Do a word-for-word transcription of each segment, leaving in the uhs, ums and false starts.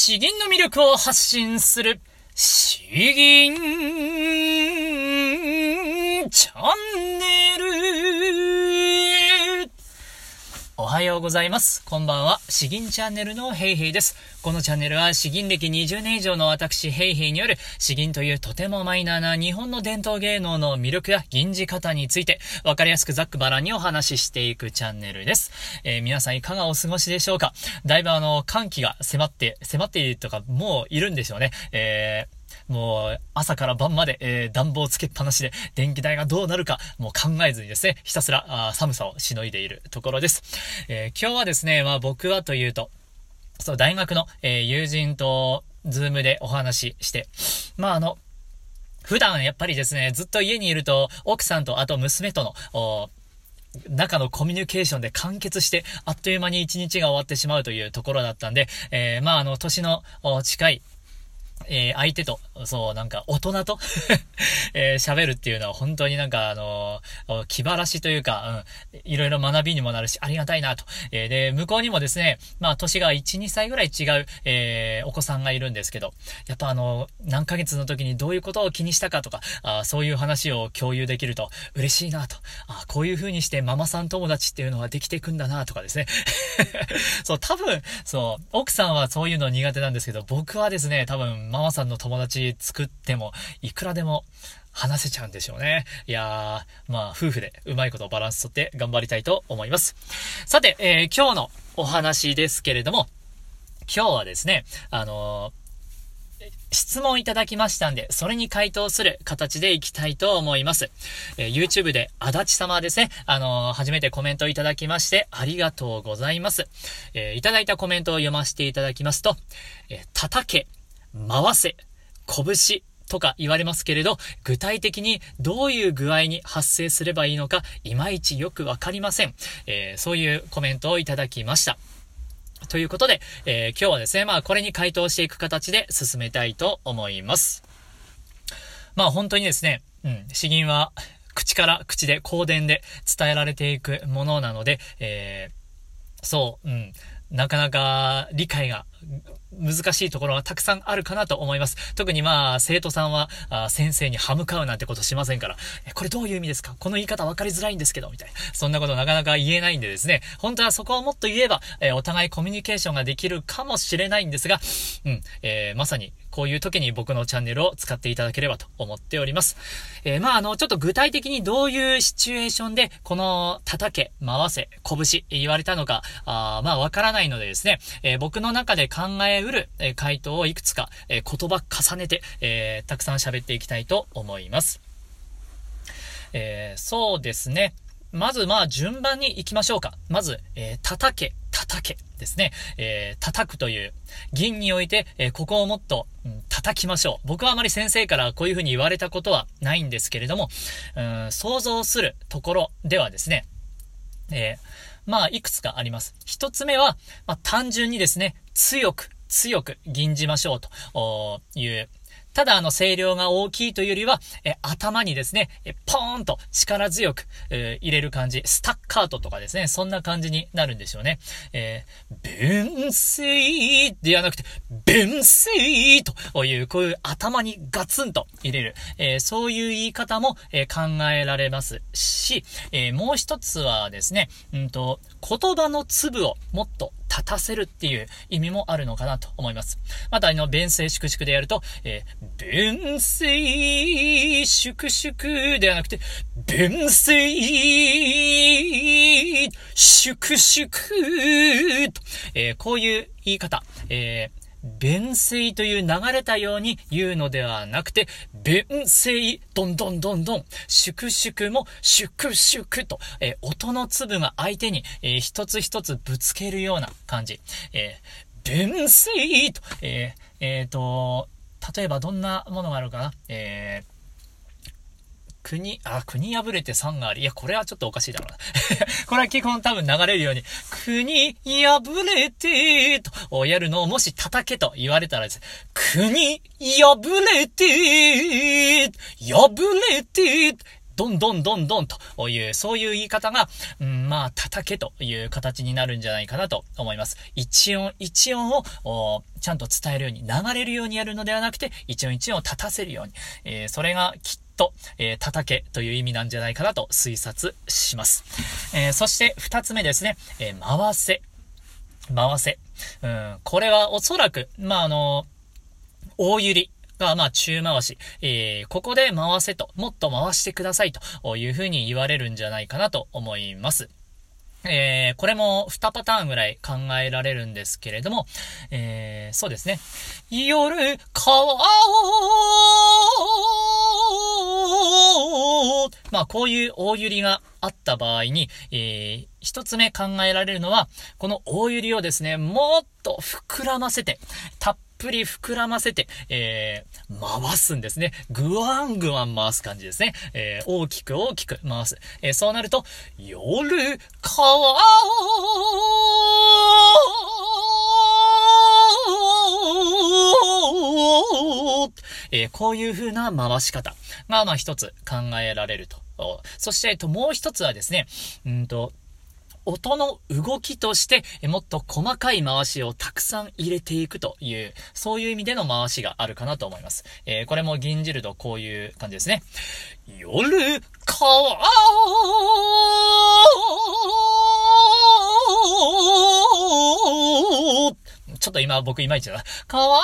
詩吟の魅力を発信する詩吟チャンネル。おはようございます。こんばんは。詩吟チャンネルのヘイヘイです。このチャンネルは詩吟歴にじゅうねん以上の私ヘイヘイによる詩吟というとてもマイナーな日本の伝統芸能の魅力や吟じ方についてわかりやすくざっくばらんにお話ししていくチャンネルです。えー、皆さんいかがお過ごしでしょうか。だいぶあの寒気が迫って迫っているとかもういるんでしょうね。えーもう朝から晩まで、えー、暖房つけっぱなしで電気代がどうなるかもう考えずにですね、ひたすらあ寒さをしのいでいるところです。えー、今日はですね、まあ僕はというと、そう大学の、えー、友人とズームでお話しして、まああの普段やっぱりですね、ずっと家にいると奥さんとあと娘との中のコミュニケーションで完結してあっという間に一日が終わってしまうというところだったんで、えー、まああの年の近いえー、相手と、そう、なんか、大人と、えー、喋るっていうのは本当になんか、あのー、気晴らしというか、うん、いろいろ学びにもなるし、ありがたいなと。えー、で、向こうにもですね、まあ、年がいち、にさいぐらい違う、えー、お子さんがいるんですけど、やっぱあのー、何ヶ月の時にどういうことを気にしたかとか、あそういう話を共有できると嬉しいなと。あこういう風にしてママさん友達っていうのはできていくんだなとかですね。そう、多分、そう、奥さんはそういうの苦手なんですけど、僕はですね、多分、ママさんの友達作ってもいくらでも話せちゃうんでしょうね。いやー、まあ夫婦でうまいことバランスとって頑張りたいと思います。さて、えー、今日のお話ですけれども、今日はですね、あのー、質問いただきましたんで、それに回答する形でいきたいと思います。えー、YouTube で足立様ですね、あのー、初めてコメントいただきましてありがとうございます。えー、いただいたコメントを読ませていただきますと、えー、叩け回せ、拳とか言われますけれど、具体的にどういう具合に発生すればいいのか、いまいちよくわかりません。えー、そういうコメントをいただきました。ということで、えー、今日はですね、まあこれに回答していく形で進めたいと思います。まあ本当にですね、うん、詩吟は口から口で口伝で伝えられていくものなので、えー、そう、うん、なかなか理解が難しいところがたくさんあるかなと思います。特にまあ生徒さんはあ先生に歯向かうなんてことしませんから、えこれどういう意味ですか、この言い方分かりづらいんですけどみたいな、そんなことなかなか言えないんでですね、本当はそこをもっと言えば、えー、お互いコミュニケーションができるかもしれないんですが、うん、えー、まさにこういう時に僕のチャンネルを使っていただければと思っております。えー、まああのちょっと具体的にどういうシチュエーションでこの叩け回せ拳言われたのか、あまあわからないのでですね、えー、僕の中で考えうる、えー、回答をいくつか、えー、言葉重ねて、えー、たくさん喋っていきたいと思います。えー、そうですね。まずまあ順番に行きましょうか。まず、えー、叩け叩けですね。えー、叩くという吟において、えー、ここをもっと、うん、叩きましょう。僕はあまり先生からこういう風に言われたことはないんですけれども、うん、想像するところではですね、えー、まあいくつかあります。一つ目は、まあ、単純にですね、強く強く吟じましょうという、ただあの声量が大きいというよりは、え頭にですね、えポーンと力強く、えー、入れる感じ、スタッカートとかですね、そんな感じになるんでしょうね。えー、弁声ではなくて、弁声という、こういう頭にガツンと入れる、えー、そういう言い方も、えー、考えられますし、えー、もう一つはですね、うんと、言葉の粒をもっと立たせるっていう意味もあるのかなと思います。またあの弁声粛々でやると、えー、弁声粛々ではなくて、弁声粛々と、えー、こういう言い方、えー弁声という流れたように言うのではなくて、弁声どんどんどんどん、粛々も粛々と、えー、音の粒が相手に、えー、一つ一つぶつけるような感じ。えー、弁声と、えー、えーと、例えばどんなものがあるかな。えー国、あ、国破れて山があり。いや、これはちょっとおかしいだろうな。これは基本多分流れるように、国破れて、とやるのをもし叩けと言われたらですね、国破れて、破れて、 どんどんどんどんという、そういう言い方が、うん、まあ、叩けという形になるんじゃないかなと思います。一音一音を、ちゃんと伝えるように、流れるようにやるのではなくて、一音一音を立たせるように、えー、それがきっと、えー、叩けという意味なんじゃないかなと推察します。えー、そして二つ目ですね、えー、回せ。回せ。うん、これはおそらく、まあ、あの、大揺りが、まあ、中回し。えー、ここで回せと、もっと回してくださいというふうに言われるんじゃないかなと思います。えー、これもにパターンぐらい考えられるんですけれども、えー、そうですね。夜、川を、まあ、こういう大揺りがあった場合に、えー、一つ目考えられるのは、この大揺りをですね、もっと膨らませて、たっぷり膨らませて、えー、回すんですね。ぐわんぐわん回す感じですね。えー、大きく大きく回す。えー、そうなると、夜、川を、えー、こういう風な回し方が、まあ一つ考えられると。そして、えっと、もう一つはですね、うんと、音の動きとして、もっと細かい回しをたくさん入れていくという、そういう意味での回しがあるかなと思います。えー、これも吟じるとこういう感じですね。夜、川を、ちょっと今僕いまいちだな。川を、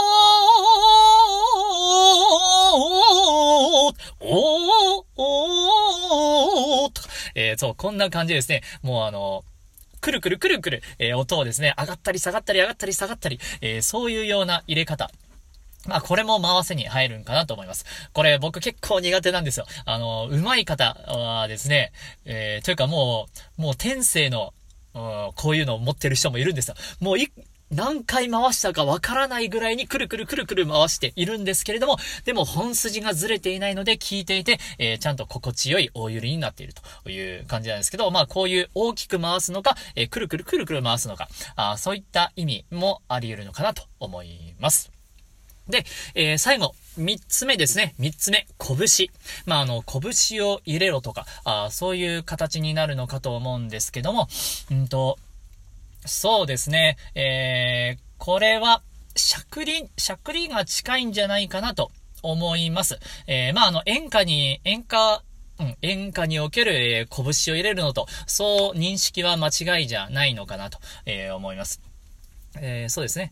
おおと、えー、そう、こんな感じですね。もうあの、くるくるくるくる、えー、音をですね、上がったり下がったり上がったり下がったり、えー、そういうような入れ方。まあ、これも回せに入るんかなと思います。これ僕結構苦手なんですよ。あの、上手い方はですね、えー、というかもう、もう天性の、うん、こういうのを持ってる人もいるんですよ。もうい、何回回したかわからないぐらいにくるくるくるくる回しているんですけれども、でも本筋がずれていないので聞いていて、えー、ちゃんと心地よい大揺りになっているという感じなんですけど、まあこういう大きく回すのか、えー、くるくるくるくる回すのか、あ、そういった意味もあり得るのかなと思います。で、えー、最後、三つ目ですね。三つ目、拳。まあ、あの、拳を入れろとか、あ、そういう形になるのかと思うんですけども、うんと、そうですね。えー、これは、しゃくり、しゃくりが近いんじゃないかなと思います。えー、まあ、あの、演歌に、演歌、うん、演歌における、えー、拳を入れるのと、そう認識は間違いじゃないのかなと、えー、思います。えー、そうですね。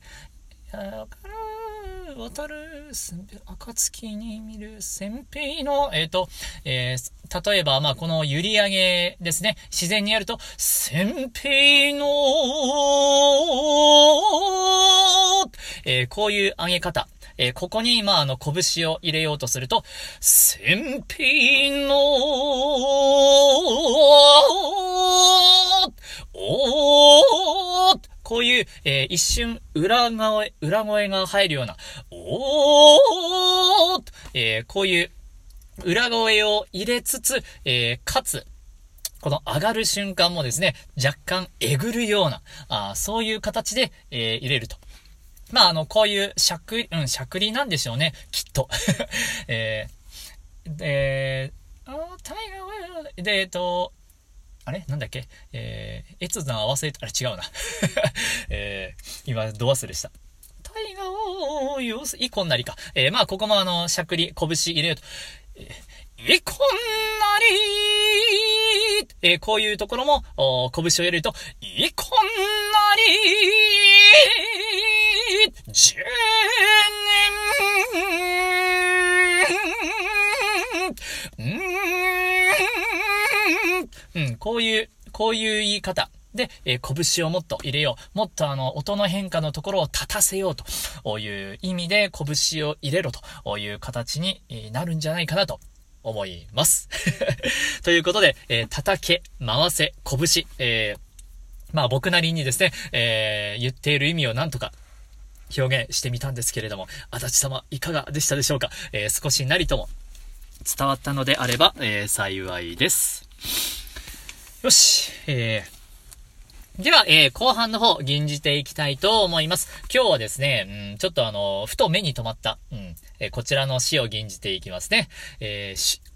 渡る暁に見る先兵の、えっと、えー、例えば、まあ、この揺り上げですね。自然にやると、先兵の、えー、こういう上げ方。えー、ここに、まあ、あの、拳を入れようとすると、先兵の、おーこういう、えー、一瞬裏声、裏声が入るような、おー、えー、こういう裏声を入れつつ、えー、かつ、この上がる瞬間もですね、若干えぐるような、あそういう形で、えー、入れると。まあ、あの、こういうしゃく、うん、しゃくりなんでしょうね、きっと。えー、で、あタイガーで、えっと、あれなんだっけえー、エツナ合わせ、あれ違うな。えー、今、ど忘れした。タイガーをよす、イコンなりか。えー、まあ、ここもあの、しゃくり、拳入れると。えー、イコンなりえー、こういうところも、お拳を入れると、イコンなりじゅうねんうん、こういう、こういう言い方で、えー、拳をもっと入れよう。もっとあの、音の変化のところを立たせようという意味で拳を入れろという形になるんじゃないかなと思います。ということで、えー、叩け、回せ、拳、えー、まあ僕なりにですね、えー、言っている意味をなんとか表現してみたんですけれども、足立様いかがでしたでしょうか。えー、少しなりとも伝わったのであれば、えー、幸いです。よし、えー、では、えー、後半の方、吟じていきたいと思います。今日はですね、うん、ちょっとあの、ふと目に留まった、うん、えー、こちらの詩を吟じていきますね。えー、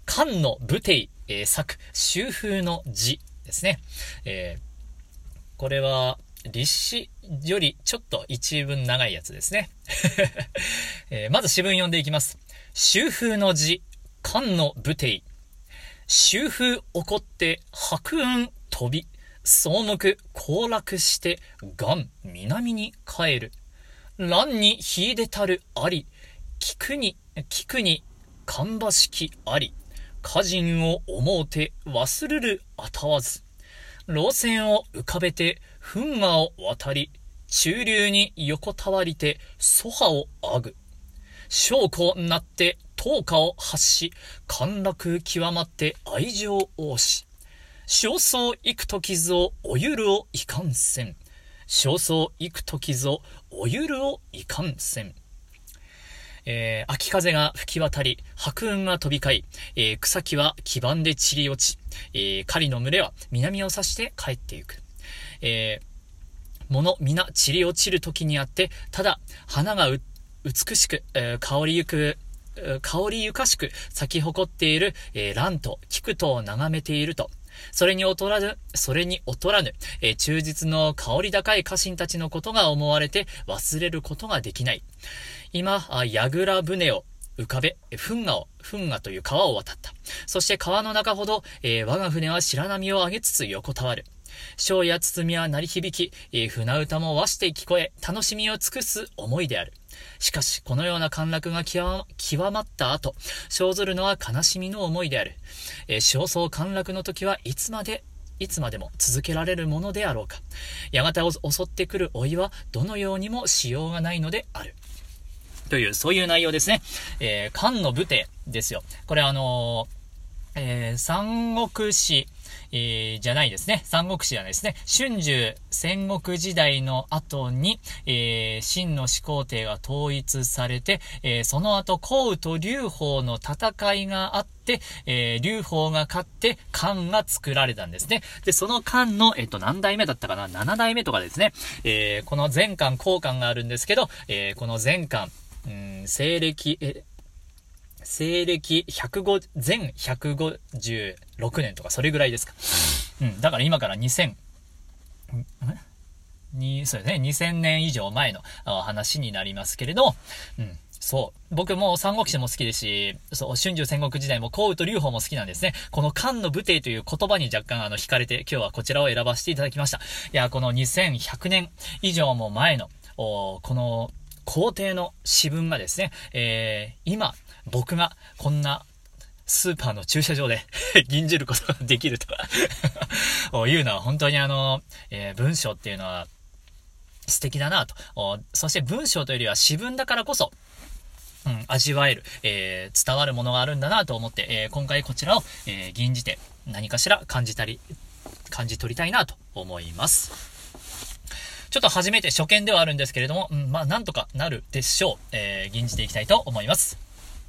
漢の武帝、えー、作、秋風の字ですね。えー、これは、立史よりちょっと一文長いやつですね。えー、まず詩文読んでいきます。秋風の字、漢の武帝。秋風起こって白雲飛び、草木降落して元南に帰る。乱に秀でたるあり、菊に、菊に芳しきあり。歌人を思うて忘るるあたわず。老船を浮かべて噴河を渡り、中流に横たわりて蘇波をあぐ。将校なって灯火を発し、陥落極まって愛情を押し。焦燥幾と傷をおゆるをいかんせん。焦燥幾と傷をおゆるをいかんせん。えー、秋風が吹き渡り、白雲が飛び交い、えー、草木は基盤で散り落ち、えー、狩りの群れは南を指して帰ってゆく。えー、物皆散り落ちる時にあって、ただ花がう美しく、えー、香りゆく、香りゆかしく咲き誇っている、えー、蘭と菊とを眺めていると、それに劣らぬ、それに劣らぬ、えー、忠実の香り高い家臣たちのことが思われて忘れることができない。今、櫓船を浮かべ、噴河を、噴河という川を渡った。そして川の中ほど、えー、我が船は白波を上げつつ横たわる。笙や包みは鳴り響き、えー、船歌も和して聞こえ、楽しみを尽くす思いである。しかし、このような陥落が極まった後、生ずるのは悲しみの思いである。えー、焦燥陥落の時はいつまで、いつまでも続けられるものであろうか。やがて襲ってくる老いは、どのようにもしようがないのである。という、そういう内容ですね。えー、漢の武帝ですよ。これあのー、えー、三国志、えー、じゃないですね。三国志じゃないですね。春秋戦国時代の後に、えー、秦の始皇帝が統一されて、えー、その後、項羽と劉邦の戦いがあって、えー、劉邦が勝って、漢が作られたんですね。で、その漢の、えっと、何代目だったかな ?なな 代目とかですね。えー、この前漢後漢があるんですけど、えー、この前漢、うん、西暦、え、西暦ひゃくご、前ひゃくごじゅうろくねんとかそれぐらいですか。うん。だから今からにせん、んに、そうですね。にせんねん以上前の話になりますけれど、うん。そう。僕も三国志も好きですし、そう、春秋戦国時代も項羽と劉邦も好きなんですね。この漢の武帝という言葉に若干あの惹かれて、今日はこちらを選ばせていただきました。いや、このにせんひゃくねん以上も前の、この皇帝の詩文がですね、えー、今、僕がこんなスーパーの駐車場で吟じることができるというのは本当にあの、えー、文章っていうのは素敵だなと。そして文章というよりは詩文だからこそ、うん、味わえる、えー、伝わるものがあるんだなと思って、えー、今回こちらを、えー、吟じて何かしら感じたり、感じ取りたいなと思います。ちょっと初めて初見ではあるんですけれども、うん、まあなんとかなるでしょう。えー、吟じていきたいと思います。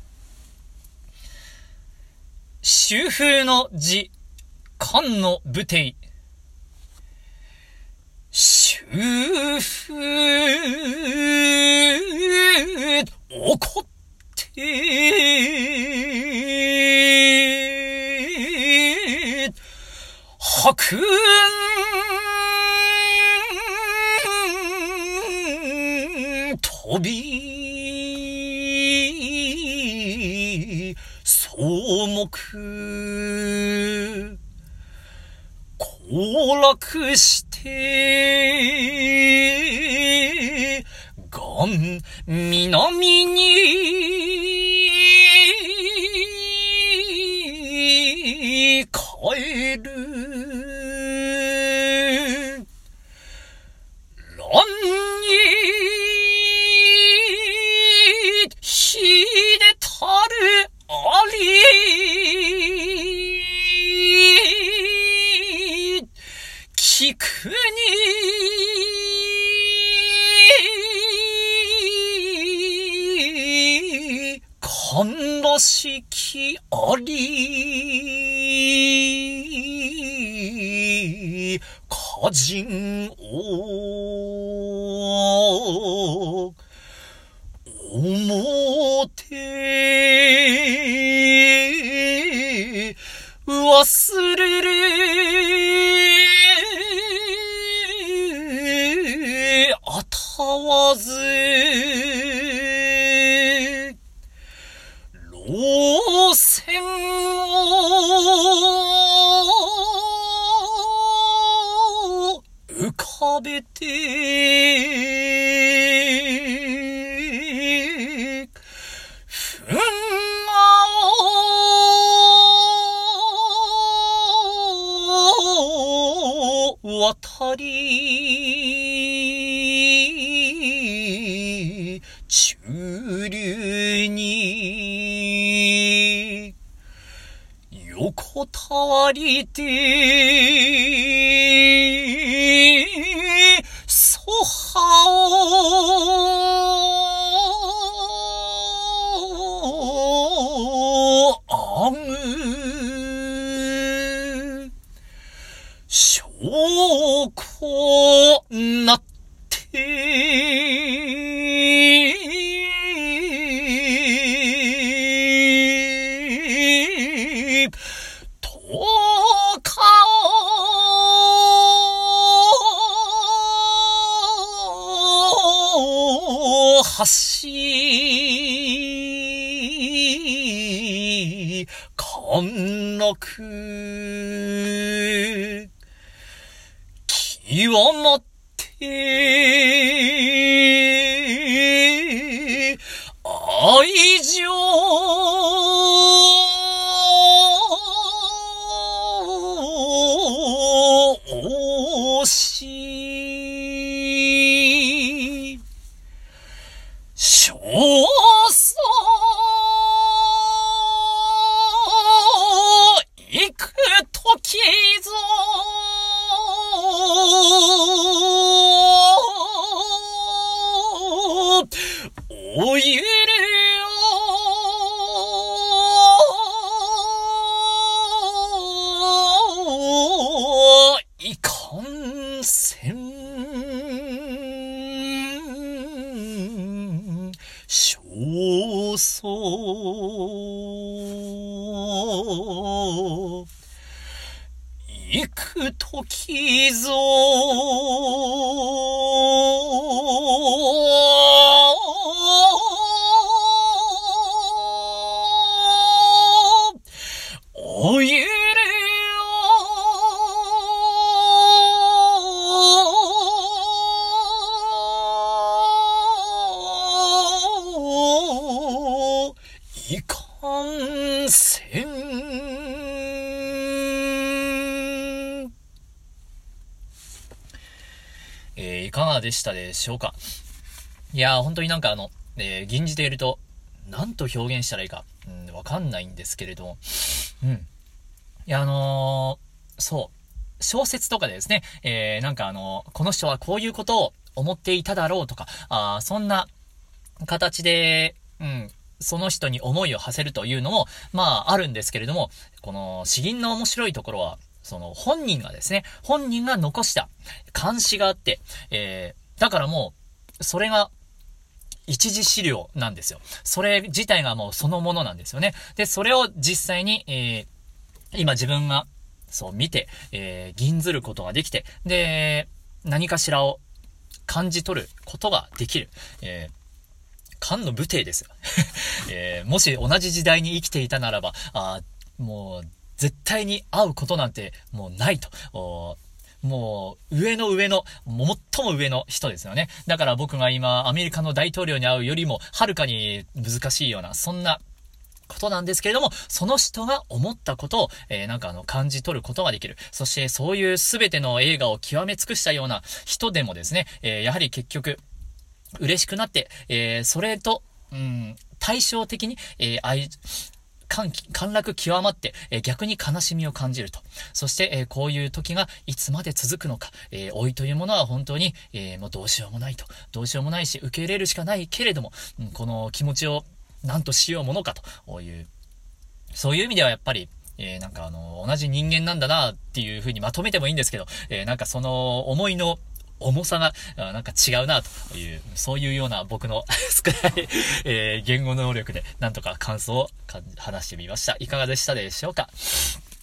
秋風の字、漢の武帝。秋風起こって白雲飛び草木降落して元南に帰る乱に秀でたるあり菊に悲しきあり歌人を思てわず老船を浮かべて船を渡り中流に横たわりてそはをあぐ証拠なってとかを発し陥落極まって愛情をし少々行くときぞおゆるよいかんせん少々行くときぞおゆるよいかんせんえー、いかがでしたでしょうか。いやー本当になんかあの、えー、吟じていると何と表現したらいいか、うん、わかんないんですけれども、うん。いやあのー、そう、小説とかでですね、えー、なんかあのー、この人はこういうことを思っていただろうとか、あそんな形で、うん、その人に思いを馳せるというのも、まああるんですけれども、この詩吟の面白いところは、その本人がですね、本人が残した漢詩があって、えー、だからもう、それが一次資料なんですよ。それ自体がもうそのものなんですよね。で、それを実際に、えー、今自分がそう見て、えー、吟ずることができて、で、何かしらを感じ取ることができる。えー漢の武帝ですよ、えー。もし同じ時代に生きていたならば、あもう絶対に会うことなんてもうないと。もう上の上の、最も上の人ですよね。だから僕が今アメリカの大統領に会うよりもはるかに難しいような、そんなことなんですけれども、その人が思ったことを、えー、なんかあの感じ取ることができる。そしてそういう全ての映画を極め尽くしたような人でもですね、えー、やはり結局嬉しくなって、えー、それと、うん、対照的に、えー、愛、歓喜、陥落極まって、えー、逆に悲しみを感じると。そして、えー、こういう時がいつまで続くのか。えー、老いというものは本当に、えー、もうどうしようもないと。どうしようもないし、受け入れるしかないけれども、うん、この気持ちを何としようものかという、そういう意味ではやっぱり、えー、なんかあの、同じ人間なんだなっていう風にまとめてもいいんですけど、えー、なんかその思いの重さがなんか違うなという、そういうような僕の少ない、えー、言語能力でなんとか感想を話してみました。いかがでしたでしょうか。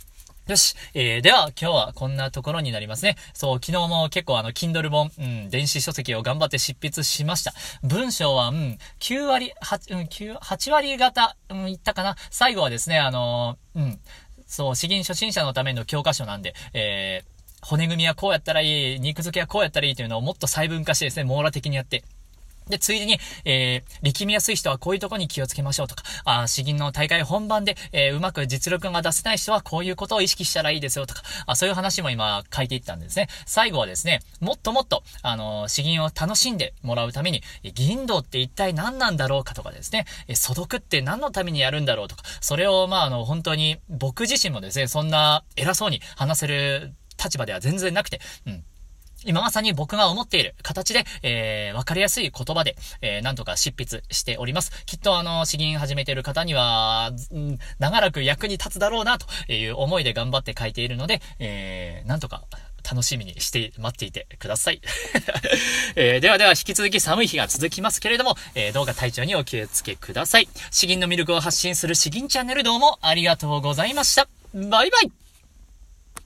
よし。えー、では、今日はこんなところになりますね。そう、昨日も結構あの、Kindle 本、うん、電子書籍を頑張って執筆しました。文章は、うん、きゅうわり、はち、うん、きゅう、はちわり方、うん、いったかな。最後はですね、あのー、うん、そう、詩吟初心者のための教科書なんで、えー、骨組みはこうやったらいい、肉付けはこうやったらいいというのをもっと細分化してですね、網羅的にやって、で、ついでに、えー、力みやすい人はこういうところに気をつけましょうとか、あ、詩吟の大会本番で、えー、うまく実力が出せない人はこういうことを意識したらいいですよとか、あ、そういう話も今書いていったんですね。最後はですね、もっともっと、あのー、詩吟を楽しんでもらうために、吟道って一体何なんだろうかとかですね、えー、素読って何のためにやるんだろうとか、それを、まあ、あの、本当に僕自身もですね、そんな偉そうに話せる立場では全然なくて、うん。今まさに僕が思っている形で、えー、わかりやすい言葉で、えー、なんとか執筆しております。きっとあの、詩吟始めている方には、うん、長らく役に立つだろうな、という思いで頑張って書いているので、えー、なんとか、楽しみにして待っていてください、えー、ではでは引き続き寒い日が続きますけれども、えー、どうか体調にお気をつけください。詩吟の魅力を発信する詩吟チャンネル、どうもありがとうございました。バイバイ。